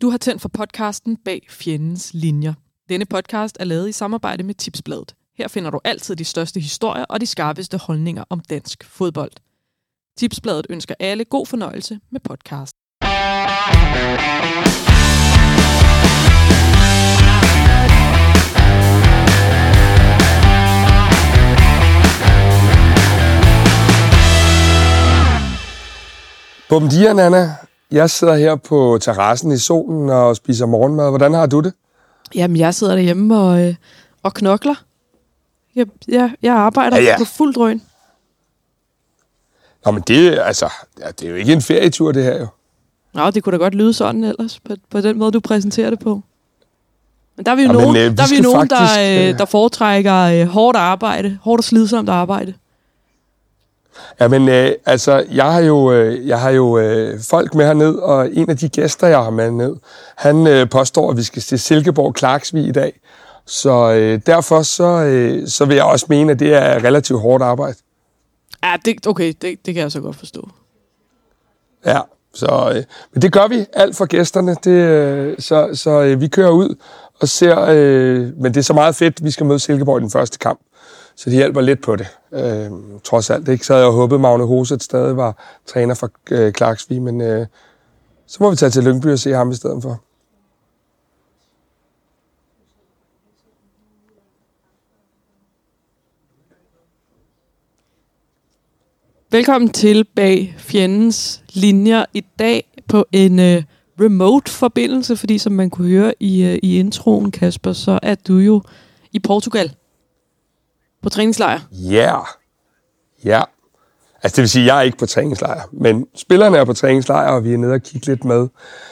Du har tændt for podcasten Bag Fjendens Linjer. Denne podcast er lavet i samarbejde med Tipsbladet. Her finder du altid de største historier og de skarpeste holdninger om dansk fodbold. Tipsbladet ønsker alle god fornøjelse med podcast. Bum dia, Nana. Jeg sidder her på terrassen i solen og spiser morgenmad. Hvordan har du det? Jamen, jeg sidder derhjemme og knokler. Jeg arbejder på fuld drøn. Nå, men det er jo ikke en ferietur, det her jo. Nå, det kunne da godt lyde sådan ellers, på den måde, du præsenterer det på. Men der er vi jo nogen, der foretrækker hårdt og slidsomt arbejde. Jamen, jeg har jo folk med herned, og en af de gæster, jeg har med ned, han påstår, at vi skal til Silkeborg Klaksvig i dag. Så derfor så vil jeg også mene, at det er relativt hårdt arbejde. Ja, det kan jeg så godt forstå. Ja, men det gør vi alt for gæsterne. Så vi kører ud og ser, men det er så meget fedt, vi skal møde Silkeborg i den første kamp. Så de hjælper lidt på det, trods alt. Ikke? Så havde jeg håbet, Magne Hoset stadig var træner for Klaksvig, men så må vi tage til Lyngby og se ham i stedet for. Velkommen til Bag Fjendens Linjer i dag på en remote-forbindelse, fordi som man kunne høre i introen, Kasper, så er du jo i Portugal på træningslejr. Ja. Altså det vil sige, at jeg er ikke på træningslejr, men spillerne er på træningslejr, og vi er nede og kigge lidt med.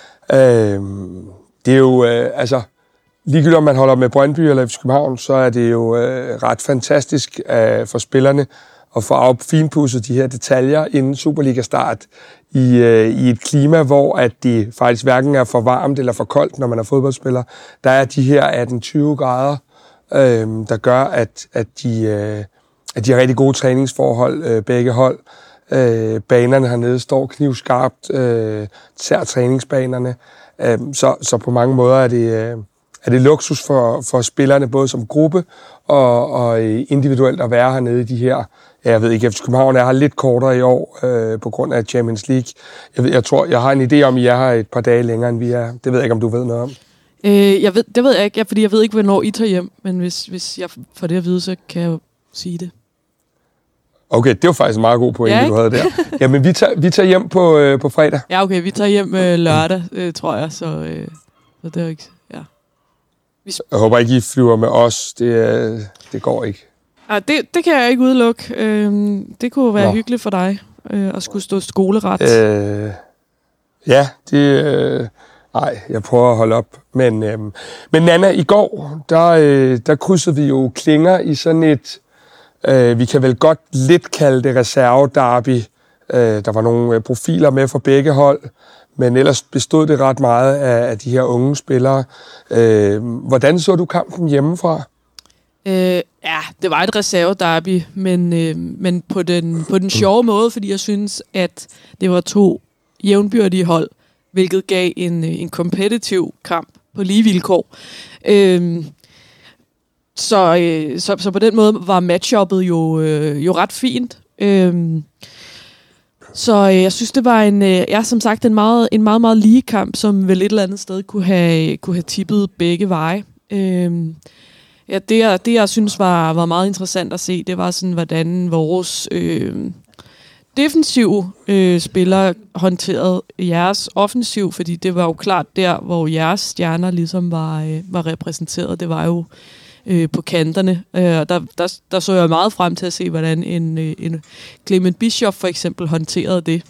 Det er jo, ligegyldigt om man holder med Brøndby eller FC København, så er det jo ret fantastisk for spillerne at få finpudset de her detaljer inden Superliga-start i et klima, hvor at det faktisk hverken er for varmt eller for koldt, når man er fodboldspiller. Der er de her 18-20 grader, der gør, at de har rigtig gode træningsforhold, begge hold. Banerne hernede står knivskarpt, sær træningsbanerne. Så på mange måder er det luksus for spillerne, både som gruppe og individuelt at være hernede i de her. Jeg ved ikke, FC København er her lidt kortere i år på grund af Champions League. Jeg tror, jeg har en idé om, at jeg har et par dage længere, end vi er. Det ved jeg ikke, om du ved noget om. Det ved jeg ikke, fordi jeg ved ikke, hvornår I tager hjem. Men hvis jeg får det at vide, så kan jeg jo sige det. Okay, det var faktisk en meget god pointe, du havde der. Jamen, vi tager hjem på fredag. Ja, okay, vi tager hjem lørdag, tror jeg. Så det er ikke... Ja. Jeg håber ikke, I flyver med os. Det går ikke. Det kan jeg ikke udelukke. Det kunne være hyggeligt for dig at skulle stå skoleret. Ja, jeg prøver at holde op. Men Nana, i går, der krydsede vi jo klinger i sådan et, vi kan vel godt lidt kalde det reserve-derby. Der var nogle profiler med fra begge hold, men ellers bestod det ret meget af de her unge spillere. Hvordan så du kampen hjemmefra? Det var et reserve-derby, men på den sjove måde, fordi jeg synes, at det var to jævnbyrdige hold, hvilket gav en kompetitiv kamp på lige vilkår. Så på den måde var matchuppet jo ret fint. Så jeg synes, det var som sagt en meget, meget lige kamp, som vel et eller andet sted kunne have tippet begge veje. Det jeg synes var meget interessant at se, det var sådan, hvordan vores defensive spillere håndterede jeres offensiv, fordi det var jo klart der, hvor jeres stjerner ligesom var repræsenteret. Det var jo på kanterne. Der så jeg meget frem til at se, hvordan en Clement Bischoff for eksempel håndterede det.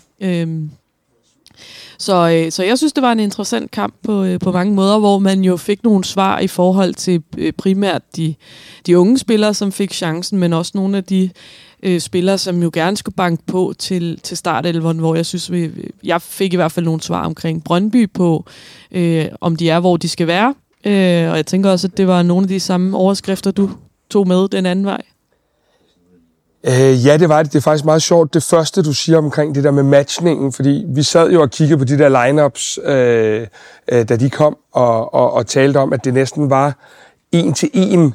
Så jeg synes, det var en interessant kamp på mange måder, hvor man jo fik nogle svar i forhold til primært de unge spillere, som fik chancen, men også nogle af de spillere, som jo gerne skulle banke på til startelveren, hvor jeg synes, jeg fik i hvert fald nogle svar omkring Brøndby på, om de er, hvor de skal være. Og jeg tænker også, at det var nogle af de samme overskrifter, du tog med den anden vej. Ja, det var det. Det er faktisk meget sjovt, det første, du siger omkring det der med matchningen, fordi vi sad jo og kiggede på de der lineups, da de kom, og talte om, at det næsten var 1-til-1,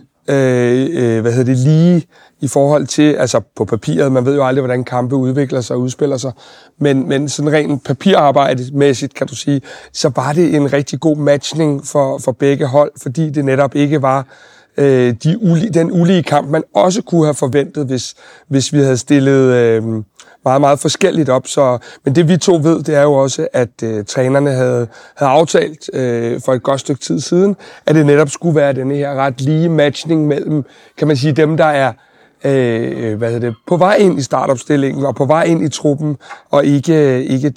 lige i forhold til, altså på papiret, man ved jo aldrig, hvordan kampe udvikler sig og udspiller sig, men sådan rent papirarbejde-mæssigt, kan du sige, så var det en rigtig god matchning for begge hold, fordi det netop ikke var den ulige kamp, man også kunne have forventet, hvis vi havde stillet meget, meget forskelligt op. Men det vi to ved, det er jo også, at trænerne havde aftalt for et godt stykke tid siden, at det netop skulle være denne her ret lige matchning mellem, kan man sige, dem, der er på vej ind i startopstillingen og på vej ind i truppen, og ikke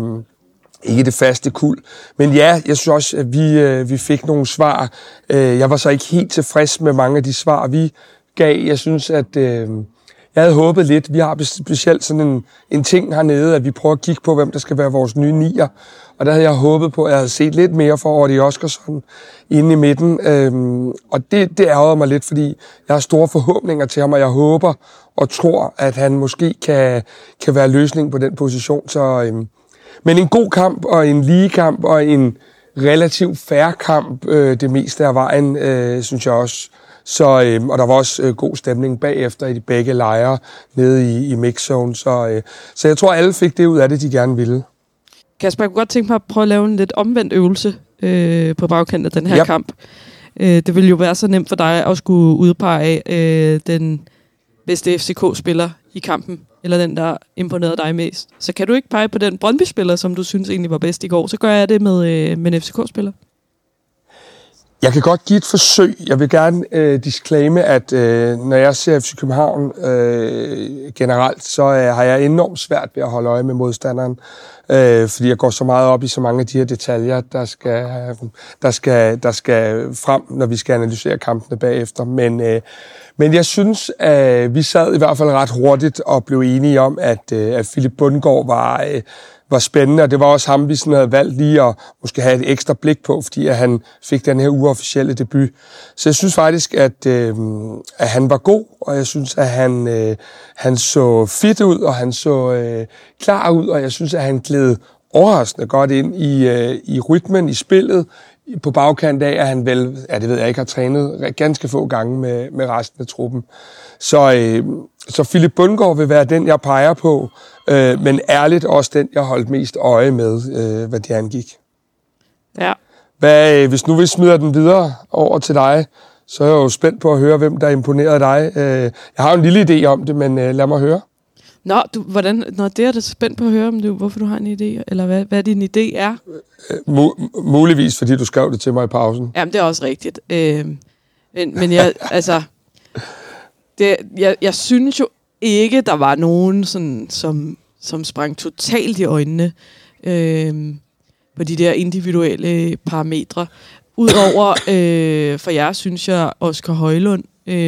det faste kuld. Men ja, jeg synes også, at vi fik nogle svar. Jeg var så ikke helt tilfreds med mange af de svar, vi gav. Jeg synes, at jeg havde håbet lidt. Vi har specielt sådan en ting hernede, at vi prøver at kigge på, hvem der skal være vores nye nier. Og der havde jeg håbet på, at jeg havde set lidt mere for Audi Oskarsson inde i midten. Og det ærgede mig lidt, fordi jeg har store forhåbninger til ham, og jeg håber og tror, at han måske kan være løsning på den position. Men en god kamp, og en lige kamp, og en relativt fair kamp, det meste af vejen, synes jeg også. Og der var også god stemning bagefter i de begge lejre nede i mixzone. Så jeg tror, alle fik det ud af det, de gerne ville. Kasper, jeg kunne godt tænke mig at prøve at lave en lidt omvendt øvelse på bagkant af den her kamp. Det ville jo være så nemt for dig at skulle udpege den bedste FCK-spiller i kampen, eller den, der imponerede dig mest. Så kan du ikke pege på den Brøndby-spiller, som du synes egentlig var bedst i går? Så gør jeg det med en FCK-spiller. Jeg kan godt give et forsøg. Jeg vil gerne disclaime, at når jeg ser FC København generelt, så har jeg enormt svært ved at holde øje med modstanderen, fordi jeg går så meget op i så mange af de her detaljer, der skal frem, når vi skal analysere kampene bagefter. Men jeg synes, at vi sad i hvert fald ret hurtigt og blev enige om, at Philip Bundgaard var spændende, og det var også ham, vi sådan havde valgt lige at måske have et ekstra blik på, fordi at han fik den her uofficielle debut. Så jeg synes faktisk, at han var god, og jeg synes, at han så fit ud, og han så klar ud, og jeg synes, at han gled overraskende godt ind i rytmen, i spillet, på bagkant af, at han vel, det ved jeg ikke, har trænet ganske få gange med resten af truppen. Så Philip Bundgaard vil være den, jeg peger på, men ærligt også den, jeg holdt mest øje med, hvad det angik. Ja. Hvis nu vi smider den videre over til dig, så er jeg jo spændt på at høre, hvem der imponerede dig. Jeg har jo en lille idé om det, men lad mig høre. Det er det spændt på at høre, hvorfor du har en idé, eller hvad din idé er. Muligvis, fordi du skrev det til mig i pausen. Jamen, det er også rigtigt. Men jeg, altså, jeg synes jo ikke, der var nogen, sådan, som sprang totalt i øjnene på de der individuelle parametre. Udover, for jeg synes jeg, Oscar Højlund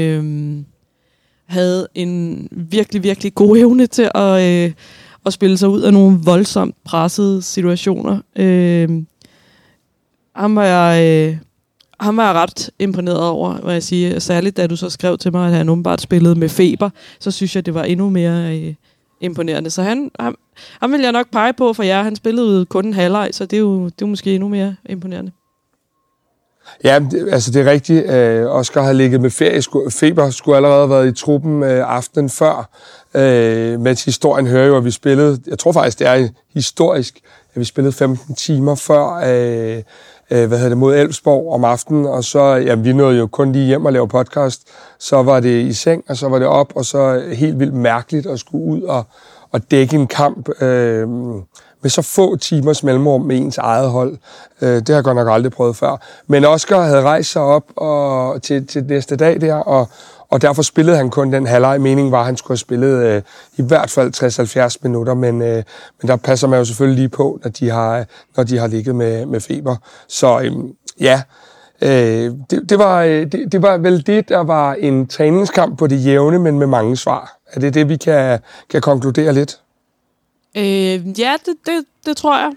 havde en virkelig, virkelig god evne til at spille sig ud af nogle voldsomt pressede situationer. Ham var jeg ret imponeret over, må jeg sige. Særligt da du så skrev til mig, at han åbenbart spillede med feber, så synes jeg, det var endnu mere imponerende. Så ham vil jeg nok pege på for jer. Han spillede kun en halvleg, så det er jo måske endnu mere imponerende. Ja, det er rigtigt. Oscar havde ligget med feber, skulle allerede have været i truppen aftenen før. Men historien hører jo, at vi spillede, jeg tror faktisk, det er historisk, at vi spillede 15 timer før mod Elfsborg om aftenen, og så, vi nåede jo kun lige hjem og lave podcast. Så var det i seng, og så var det op, og så helt vildt mærkeligt at skulle ud og dække en kamp med så få timers mellemrum med ens eget hold. Det har jeg godt nok aldrig prøvet før. Men Oscar havde rejst sig op til næste dag der, og derfor spillede han kun den halvleg. Meningen var, at han skulle have spillet i hvert fald 60-70 minutter, men der passer man jo selvfølgelig lige på, når de har ligget med feber. Så det var vel det, der var en træningskamp på det jævne, men med mange svar. Er det vi kan konkludere lidt? Ja, det tror jeg.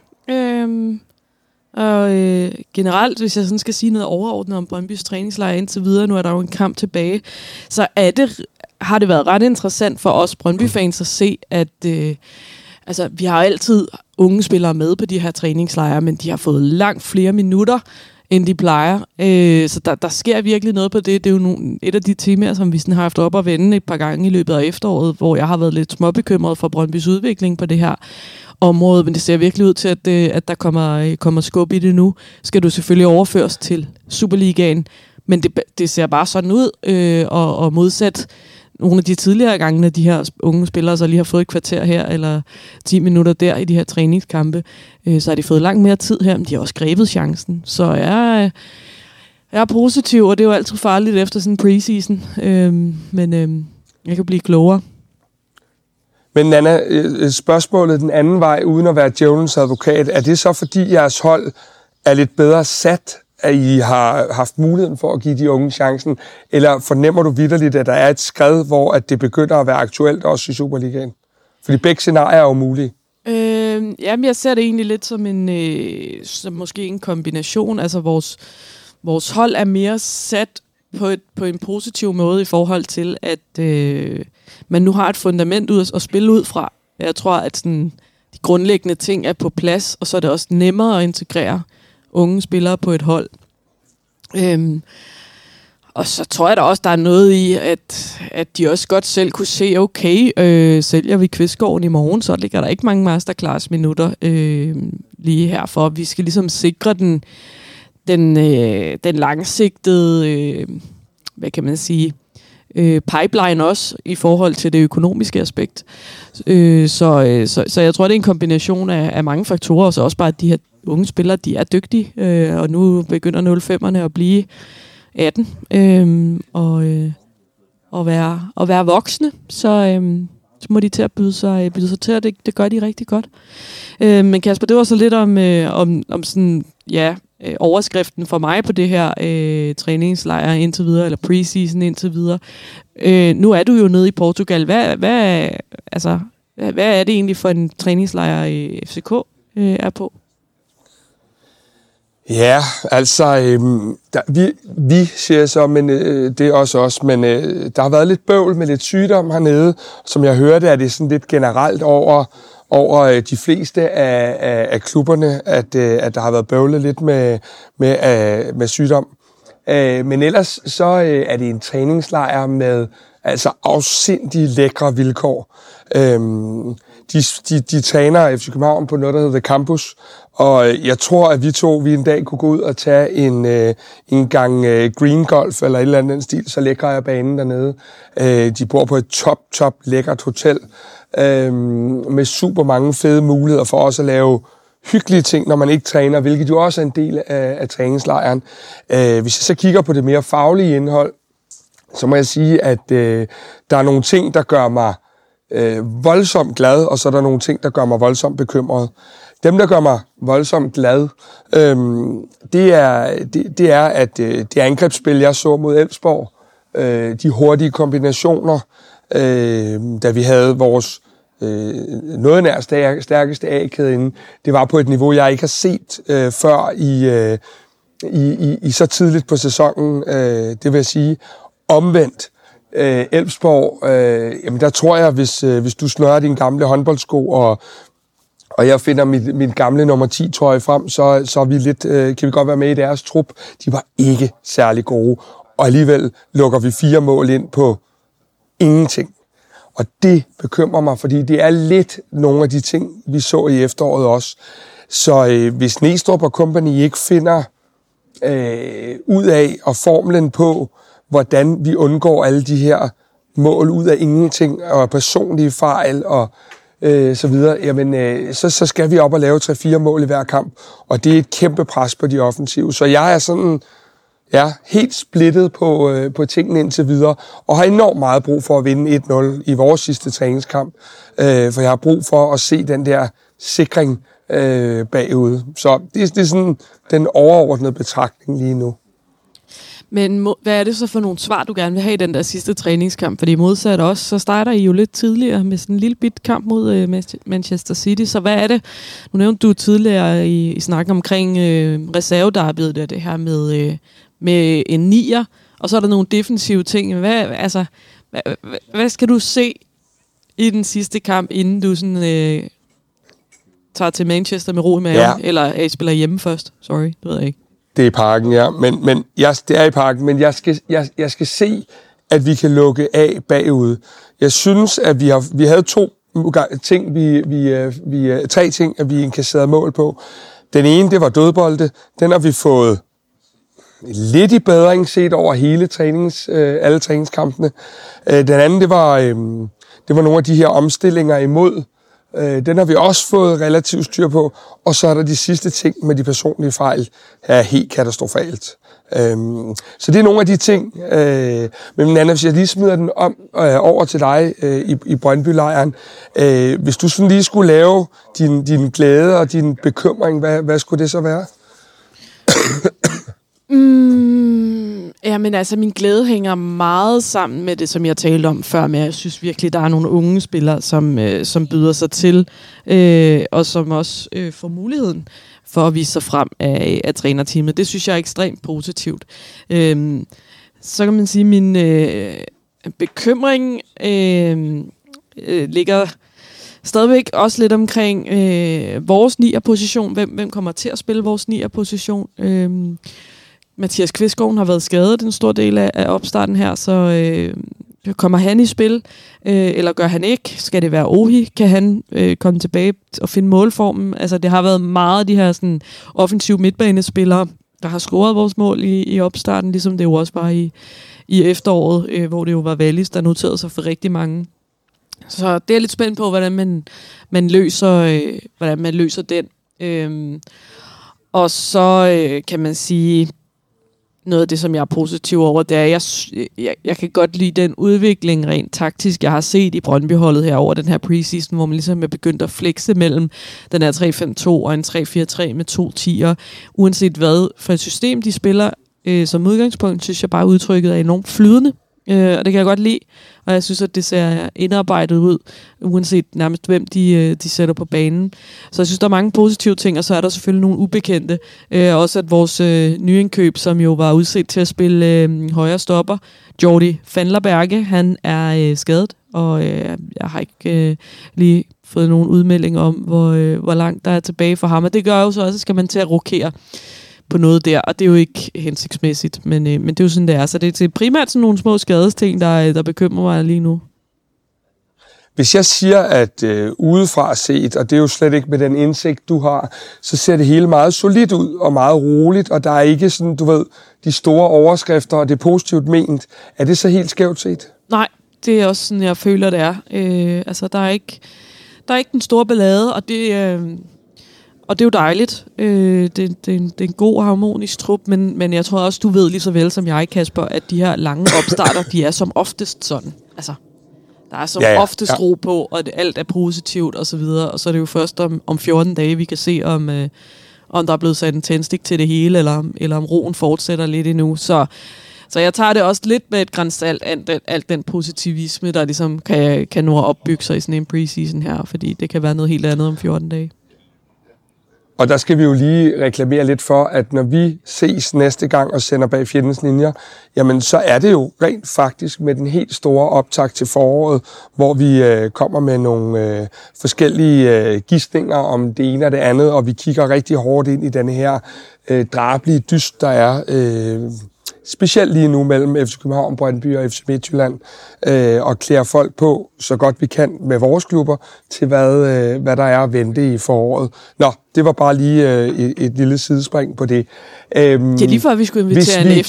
Generelt, hvis jeg sådan skal sige noget overordnet om Brøndbys træningslejr indtil videre, nu er der jo en kamp tilbage, så er det har det været ret interessant for os Brøndby-fans at se, at vi har altid unge spillere med på de her træningslejre, men de har fået langt flere minutter, end de plejer. Så der sker virkelig noget på det. Det er jo et af de temaer, som vi sådan har haft op at vende et par gange i løbet af efteråret, hvor jeg har været lidt småbekymret for Brøndbys udvikling på det her område, men det ser virkelig ud til, at der kommer skub i det nu. Skal du selvfølgelig overføres til Superligaen, men det ser bare sådan ud, og modsat nogle af de tidligere gange, når de her unge spillere så lige har fået et kvarter her, eller 10 minutter der i de her træningskampe, så har de fået langt mere tid her, men de har også grebet chancen. Så jeg er positiv, og det er jo altid farligt efter sådan en preseason, men jeg kan blive klogere. Men Nanna, spørgsmålet den anden vej, uden at være djævelens advokat, er det så fordi jeres hold er lidt bedre sat, at I har haft muligheden for at give de unge chancen, eller fornemmer du vitterligt, at der er et skred, hvor at det begynder at være aktuelt også i Superligaen? Fordi begge scenarier er jo mulige. Jamen, jeg ser det egentlig lidt som måske en kombination. Altså, vores hold er mere sat på en positiv måde i forhold til, at man nu har et fundament at spille ud fra. Jeg tror, at sådan, de grundlæggende ting er på plads, og så er det også nemmere at integrere unge spillere på et hold. Og så tror jeg da også, der er noget i, at de også godt selv kunne se, okay, sælger vi Kvistgården i morgen, så ligger der ikke mange masterclass-minutter lige her, for vi skal ligesom sikre den langsigtede, hvad kan man sige, pipeline også i forhold til det økonomiske aspekt. Så jeg tror, det er en kombination af mange faktorer, og så også bare, at de her unge spillere, de er dygtige, og nu begynder 05'erne at blive 18, og være voksne, så må de til at byde sig til, og det gør de rigtig godt. Men Kasper, det var så lidt om sådan, ja, overskriften for mig på det her træningslejr indtil videre, eller preseason indtil videre. Nu er du jo nede i Portugal. Hvad er det egentlig for en træningslejr FCK er på? Ja, altså, vi siger så, men det er også os, men der har været lidt bøvl med lidt sygdom hernede. Som jeg hørte, er det sådan lidt generelt over de fleste af klubberne, at der har været bøvlet lidt med sygdom. Men ellers så er det en træningslejr med altså afsindig lækre vilkår. De træner FC København på noget, der hedder The Campus, og jeg tror, at vi en dag kunne gå ud og tage en gang green golf eller et eller andet stil, så lækker jeg banen dernede. De bor på et top lækkert hotel med super mange fede muligheder for os at lave hyggelige ting, når man ikke træner, hvilket jo også er en del af træningslejren. Hvis jeg så kigger på det mere faglige indhold, så må jeg sige, at der er nogle ting, der gør mig voldsomt glad, og så er der nogle ting, der gør mig voldsomt bekymret. Dem, der gør mig voldsomt glad, det er, at det angrebsspil, jeg så mod Elfsborg, de hurtige kombinationer, da vi havde vores noget nær stærkeste A-kæde inde, det var på et niveau, jeg ikke har set før i så tidligt på sæsonen, det vil jeg sige. Omvendt, Elfsborg, jamen der tror jeg, hvis du snører dine gamle håndboldsko, og jeg finder min gamle nummer 10-trøje frem, så er vi lidt, kan vi godt være med i deres trup. De var ikke særlig gode, og alligevel lukker vi 4 mål ind på ingenting. Og det bekymrer mig, fordi det er lidt nogle af de ting, vi så i efteråret også. Så hvis Næstrup og company ikke finder ud af og formlen på, hvordan vi undgår alle de her mål ud af ingenting og personlige fejl og så videre, jamen så skal vi op og lave 3-4 mål i hver kamp, og det er et kæmpe pres på de offensive. Så jeg er sådan helt splittet på tingene indtil videre, og har enormt meget brug for at vinde 1-0 i vores sidste træningskamp, for jeg har brug for at se den der sikring bagude. Så det er sådan den overordnede betragtning lige nu. Men hvad er det så for nogle svar, du gerne vil have i den der sidste træningskamp? Fordi modsat også, så starter I jo lidt tidligere med sådan en lille bit kamp mod Manchester City. Så hvad er det? Nu nævnte du tidligere i snakken omkring reservedarbedet, det her med en nier, og så er der nogle defensive ting. Hvad skal du se i den sidste kamp, inden du sådan, tager til Manchester med ro i maven? Ja. Eller spiller hjemme først? Sorry, det ved jeg ikke. Det er i Parken, ja. Det er i Parken, men jeg skal se, at vi kan lukke af bagud. Jeg synes, at vi havde tre ting, at vi inkasserede mål på. Den ene, det var dødbolde. Den har vi fået lidt i bedring set over hele alle træningskampene. Den anden, det var nogle af de her omstillinger imod. Den har vi også fået relativt styr på. Og så er der de sidste ting med de personlige fejl, er helt katastrofalt. Så det er nogle af de ting. Men Nanna, hvis jeg lige smider den over til dig i Brøndby-lejren. Hvis du sådan lige skulle lave din glæde og din bekymring, hvad skulle det så være? Jamen altså, min glæde hænger meget sammen med det, som jeg talte om før, men jeg synes virkelig, der er nogle unge spillere, som byder sig til, og som også får muligheden for at vise sig frem af trænerteamet. Det synes jeg er ekstremt positivt. Så kan man sige, at min bekymring ligger stadigvæk også lidt omkring vores 9'er-position. Hvem kommer til at spille vores 9'er-position? Mathias Kvistgaard har været skadet en stor del af opstarten her, så kommer han i spil, eller gør han ikke? Skal det være Ohi? Kan han komme tilbage og finde målformen? Altså, det har været meget af de her sådan, offensive midtbanespillere, der har scoret vores mål i opstarten, ligesom det jo også var i efteråret, hvor det jo var Wallis, der noterede sig for rigtig mange. Så det er lidt spændt på, hvordan man løser den. Og så kan man sige, noget af det, som jeg er positiv over, det er, at jeg kan godt lide den udvikling rent taktisk, jeg har set i Brøndby-holdet her over den her preseason, hvor man ligesom er begyndt at flexe mellem den her 3-5-2 og en 3-4-3 med 2 10'er. Uanset hvad for et system de spiller, som udgangspunkt, synes jeg bare, udtrykket er enormt flydende. Og det kan jeg godt lide, og jeg synes, at det ser indarbejdet ud, uanset nærmest hvem de sætter på banen. Så jeg synes, der er mange positive ting, og så er der selvfølgelig nogle ubekendte. Også at vores nyindkøb, som jo var udset til at spille højre stopper, Jordi Vanderberge, han er skadet, og jeg har ikke lige fået nogen udmelding om, hvor langt der er tilbage for ham. Og det gør jo så også, skal man til at rokere på noget der, og det er jo ikke hensigtsmæssigt, men det er jo sådan, det er. Så det er primært sådan nogle små skadesting, der bekymrer mig lige nu. Hvis jeg siger, at udefra set, og det er jo slet ikke med den indsigt, du har, så ser det hele meget solidt ud og meget roligt, og der er ikke sådan, du ved, de store overskrifter, og det er positivt ment. Er det så helt skævt set? Nej, det er også sådan, jeg føler, det er. Altså, der er ikke den store ballade, og det er jo dejligt. Det er en god harmonisk trup, men jeg tror også, du ved lige så vel som jeg, Kasper, at de her lange opstarter, de er som oftest sådan. Altså, der er som oftest ro på, og alt er positivt og så videre. Og så er det jo først om 14 dage, vi kan se, om der er blevet sat en tændstik til det hele, eller om roen fortsætter lidt endnu. Så jeg tager det også lidt med et gran salt, alt den positivisme, der ligesom kan nå at opbygge sig i sådan en preseason her, fordi det kan være noget helt andet om 14 dage. Og der skal vi jo lige reklamere lidt for, at når vi ses næste gang og sender bag fjendens linjer, jamen så er det jo rent faktisk med den helt store optakt til foråret, hvor vi kommer med nogle forskellige gidsninger om det ene og det andet, og vi kigger rigtig hårdt ind i denne her drabelige dyst, der er specielt lige nu mellem FC København, Brøndby og FC Midtjylland, og klæder folk på så godt vi kan med vores klubber til, hvad der er at vente i foråret. Nå, det var bare lige et lille sidespring på det. Det er lige før, vi skulle invitere en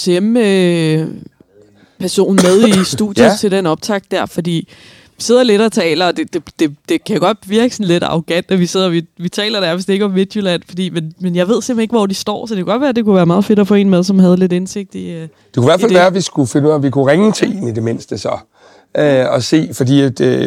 FCM-person med i studiet til den optakt der, fordi vi sidder lidt og taler, og det kan godt virke sådan lidt arrogant, at vi taler nærmest ikke om Midtjylland, men jeg ved simpelthen ikke, hvor de står, så det kan godt være, at det kunne være meget fedt at få en med, som havde lidt indsigt i det kunne i hvert fald være, at vi skulle finde ud af, om vi kunne ringe til en i det mindste så, og se, fordi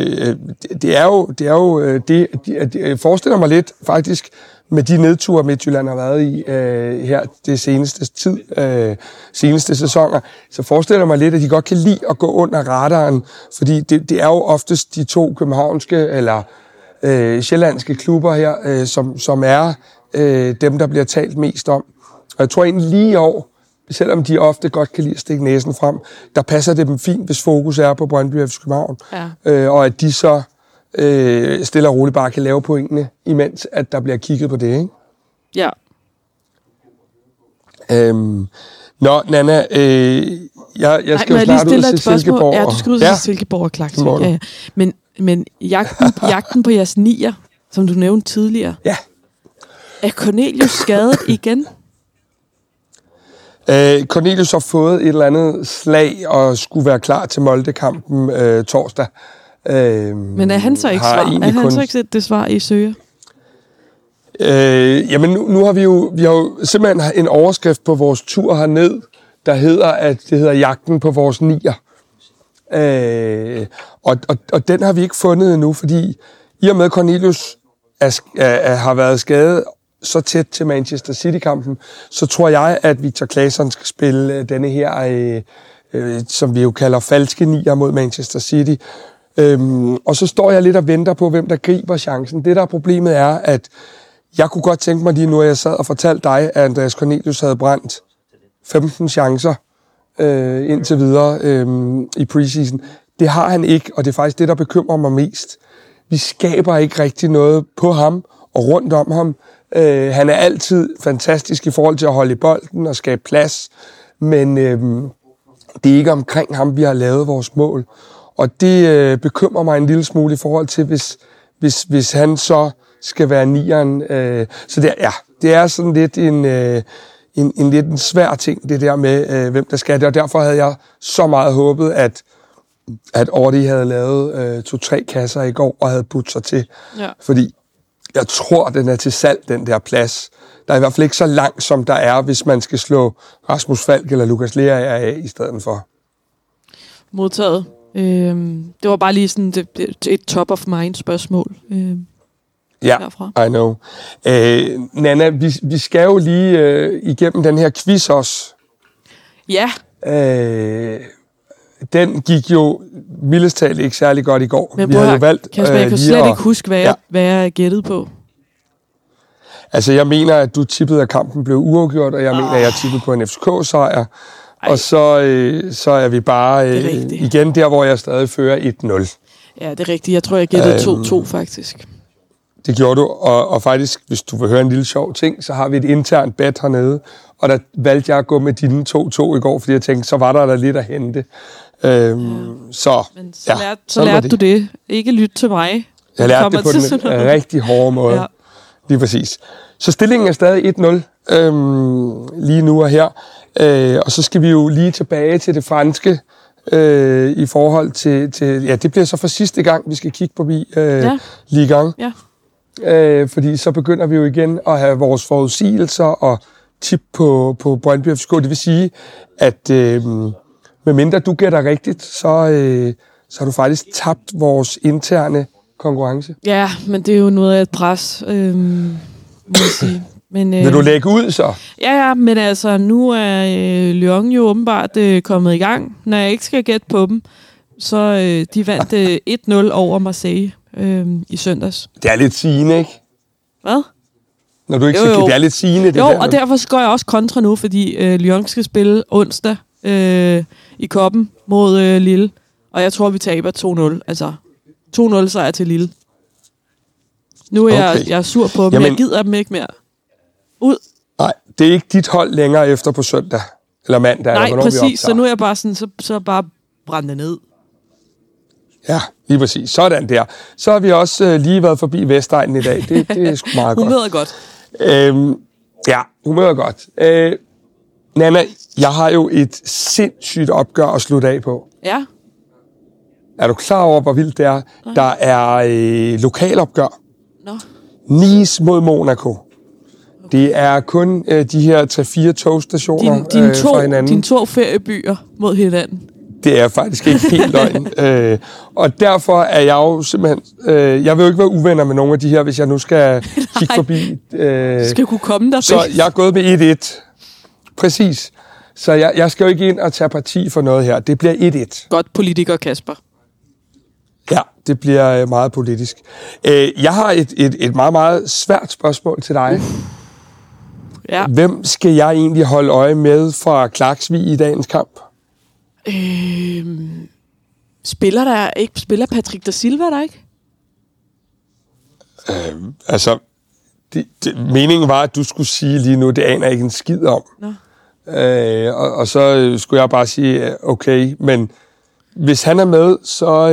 jeg forestiller mig lidt faktisk, med de nedture, Midtjylland har været i her det seneste sæsoner, så forestiller jeg mig lidt, at de godt kan lide at gå under radaren, fordi det er jo oftest de to københavnske eller sjællandske klubber her, som er dem, der bliver talt mest om. Og jeg tror egentlig lige i år, selvom de ofte godt kan lide at stikke næsen frem, der passer det dem fint, hvis fokus er på Brøndby FC København. Ja. Og at de så stille og roligt bare kan lave pointene, imens at der bliver kigget på det, ikke? Ja. Nå, Nanna, jeg skal jo snart ud til Silkeborg. Ja, du skal ud til Silkeborg og Klaksvik. Ja. Men jagten på jeres nier, som du nævnte tidligere, er Cornelius skadet igen? Cornelius har fået et eller andet slag og skulle være klar til Molde-kampen torsdag. Men er han så ikke svar? Er han så ikke det svar, I søger? Jamen nu har vi har jo simpelthen en overskrift på vores tur herned, der hedder, at det hedder jagten på vores nier. Og den har vi ikke fundet endnu, fordi i og med Cornelius har været skadet så tæt til Manchester City-kampen, så tror jeg, at Victor Claesson skal spille denne her, som vi jo kalder falske nier mod Manchester City. Og så står jeg lidt og venter på, hvem der griber chancen. Det, der er problemet, er, at jeg kunne godt tænke mig lige nu, at jeg sad og fortalte dig, at Andreas Cornelius havde brændt 15 chancer indtil videre i preseason. Det har han ikke, og det er faktisk det, der bekymrer mig mest. Vi skaber ikke rigtig noget på ham og rundt om ham. Han er altid fantastisk i forhold til at holde i bolden og skabe plads, men det er ikke omkring ham, vi har lavet vores mål. Og det bekymrer mig en lille smule i forhold til, hvis han så skal være nieren. Så det er sådan lidt en svær ting, det der med, hvem der skal det. Og derfor havde jeg så meget håbet, at Ordi havde lavet 2-3 kasser i går og havde puttet sig til. Ja. Fordi jeg tror, den er til salg, den der plads. Der er i hvert fald ikke så langt, som der er, hvis man skal slå Rasmus Falk eller Lukas Lea af i stedet for. Modtaget. Det var bare lige sådan et top of mind spørgsmål. Ja, I know. Nanna, vi skal jo lige igennem den her quiz også. Ja. Den gik jo mildest talt ikke særlig godt i går. Men vi har jo valgt, Kasper, jeg kan slet ikke huske, hvad jeg gættede på. Altså, jeg mener, at du tippede, at kampen blev uafgjort, og jeg mener, at jeg tippede på en FCK-sejr. Og så er vi bare igen der, hvor jeg stadig fører 1-0. Ja, det er rigtigt. Jeg tror, jeg gættede 2-2, faktisk. Det gjorde du, og faktisk, hvis du vil høre en lille sjov ting, så har vi et internt bet hernede, og der valgte jeg at gå med dine 2-2 i går, fordi jeg tænkte, så var der lidt at hente. Så lærte du det. Ikke lytte til mig. Jeg lærte det på den rigtig hårde måde. Ja. Lige præcis. Så stillingen er stadig 1-0 lige nu og her. Og så skal vi jo lige tilbage til det franske i forhold til ja, det bliver så for sidste gang, vi skal kigge forbi Ligue 1. Ja. Fordi så begynder vi jo igen at have vores forudsigelser og tip på Brøndby FCK. Det vil sige, at medmindre du gætter rigtigt, så har du faktisk tabt vores interne konkurrence. Ja, men det er jo noget af et pres, må jeg sige. Men, vil du lægge ud så? Ja, men altså, nu er Lyon jo åbenbart kommet i gang. Når jeg ikke skal gætte på dem, så de vandt 1-0 over Marseille i søndags. Det er lidt sigende, ikke? Hvad? Når du ikke skal gætte, det er lidt sigende. Det jo, og derfor går jeg også kontra nu, fordi Lyon skal spille onsdag i Koppen mod Lille. Og jeg tror, vi taber 2-0. Altså, 2-0 sejr til Lille. Nu er jeg er sur på dem, jeg gider dem ikke mere. Ud. Nej, det er ikke dit hold længere efter på søndag. Eller mandag. Nej, eller præcis. Så nu er jeg bare sådan, så bare brænde ned. Ja, lige præcis. Sådan der. Så har vi også lige været forbi Vestegnen i dag. Det er sgu meget godt. Humøret godt. Ja, humøret godt. Nanna, jeg har jo et sindssygt opgør at slutte af på. Ja. Er du klar over, hvor vildt det er? Nej. Der er lokalopgør. Nå. Nice mod Monaco. Okay. Det er kun de her 3-4 togstationer fra hinanden. Dine 2 feriebyer mod hinanden. Det er faktisk ikke helt løgn. Og derfor er jeg jo simpelthen... jeg vil jo ikke være uvenner med nogle af de her, hvis jeg nu skal kigge forbi. Skal kunne komme der. Så jeg er gået med 1-1. Præcis. Så jeg skal jo ikke ind og tage parti for noget her. Det bliver 1-1. Godt politiker, Kasper. Ja, det bliver meget politisk. Jeg har et meget, meget svært spørgsmål til dig. Ja. Hvem skal jeg egentlig holde øje med fra Klaksvik i dagens kamp? Spiller Patrick da Silva der ikke? Meningen var, at du skulle sige lige nu, det aner jeg ikke en skid om. Nå. Og så skulle jeg bare sige, okay, men hvis han er med, så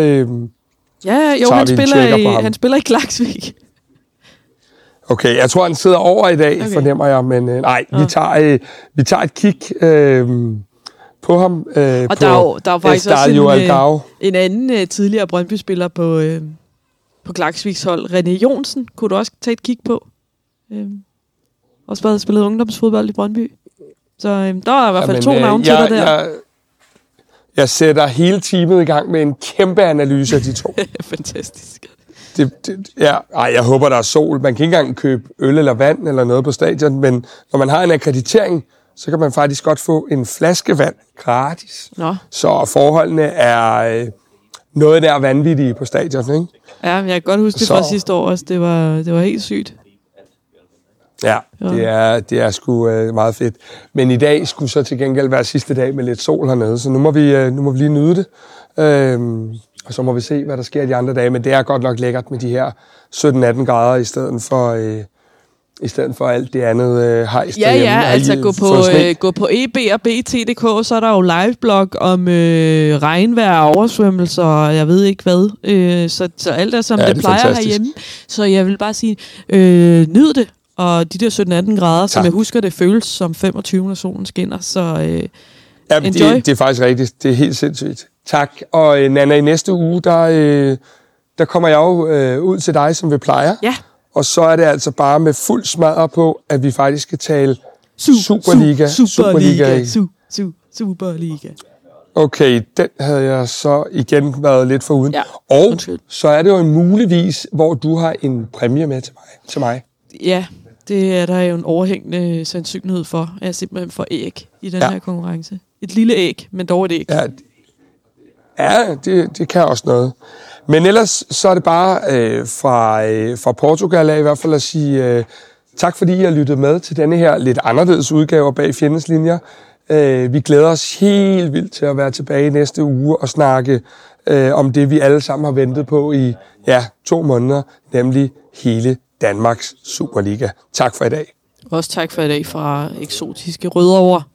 han spiller i Klaksvik. Okay, jeg tror, han sidder over i dag, fornemmer jeg, men vi tager et kig på ham. Og der er faktisk også en anden tidligere Brøndby-spiller på Klaksviks hold, René Jonsen, kunne du også tage et kig på. Også bare spillet ungdomsfodbold i Brøndby. Så der er i hvert fald 2 navne til dig der. Jeg sætter hele teamet i gang med en kæmpe analyse af de 2. Fantastisk. Jeg håber, der er sol. Man kan ikke engang købe øl eller vand eller noget på stadion, men når man har en akkreditering, så kan man faktisk godt få en flaske vand gratis. Nå. Så forholdene er noget der vanvittige på stadion, ikke? Ja, jeg kan godt huske det fra sidste år også. Det var helt sygt. Ja, det er sgu meget fedt. Men i dag skulle så til gengæld være sidste dag med lidt sol hernede, så nu må vi lige nyde det. Og så må vi se, hvad der sker de andre dage. Men det er godt nok lækkert med de her 17-18 grader i stedet for alt det andet hejst. Ja, altså gå på EB og BT.dk, så er der jo liveblog om regnvejr og oversvømmelser, og jeg ved ikke hvad. Så alt er som det plejer fantastisk herhjemme. Så jeg vil bare sige, nyd det. Og de der 17-18 grader, som jeg husker, det føles som 25, når solen skinner. Så enjoy. Det er faktisk rigtigt. Det er helt sindssygt. Tak. Og Nanna, i næste uge, der kommer jeg jo ud til dig, som vi plejer. Ja. Og så er det altså bare med fuld smadre på, at vi faktisk skal tale Superliga. Superliga. Okay, den havde jeg så igen været lidt foruden. Ja. Og så er det jo muligvis, hvor du har en præmie med til mig. Ja, det er der jo en overhængende sandsynlighed for, at jeg simpelthen får æg i den her konkurrence. Et lille æg, men dog et æg. Ja, det kan også noget. Men ellers så er det bare fra Portugal af i hvert fald at sige tak, fordi I har lyttet med til denne her lidt anderledes udgave bag fjendens linjer. Vi glæder os helt vildt til at være tilbage næste uge og snakke om det, vi alle sammen har ventet på i 2 måneder, nemlig hele Danmarks Superliga. Tak for i dag. Også tak for i dag fra eksotiske Rødovre.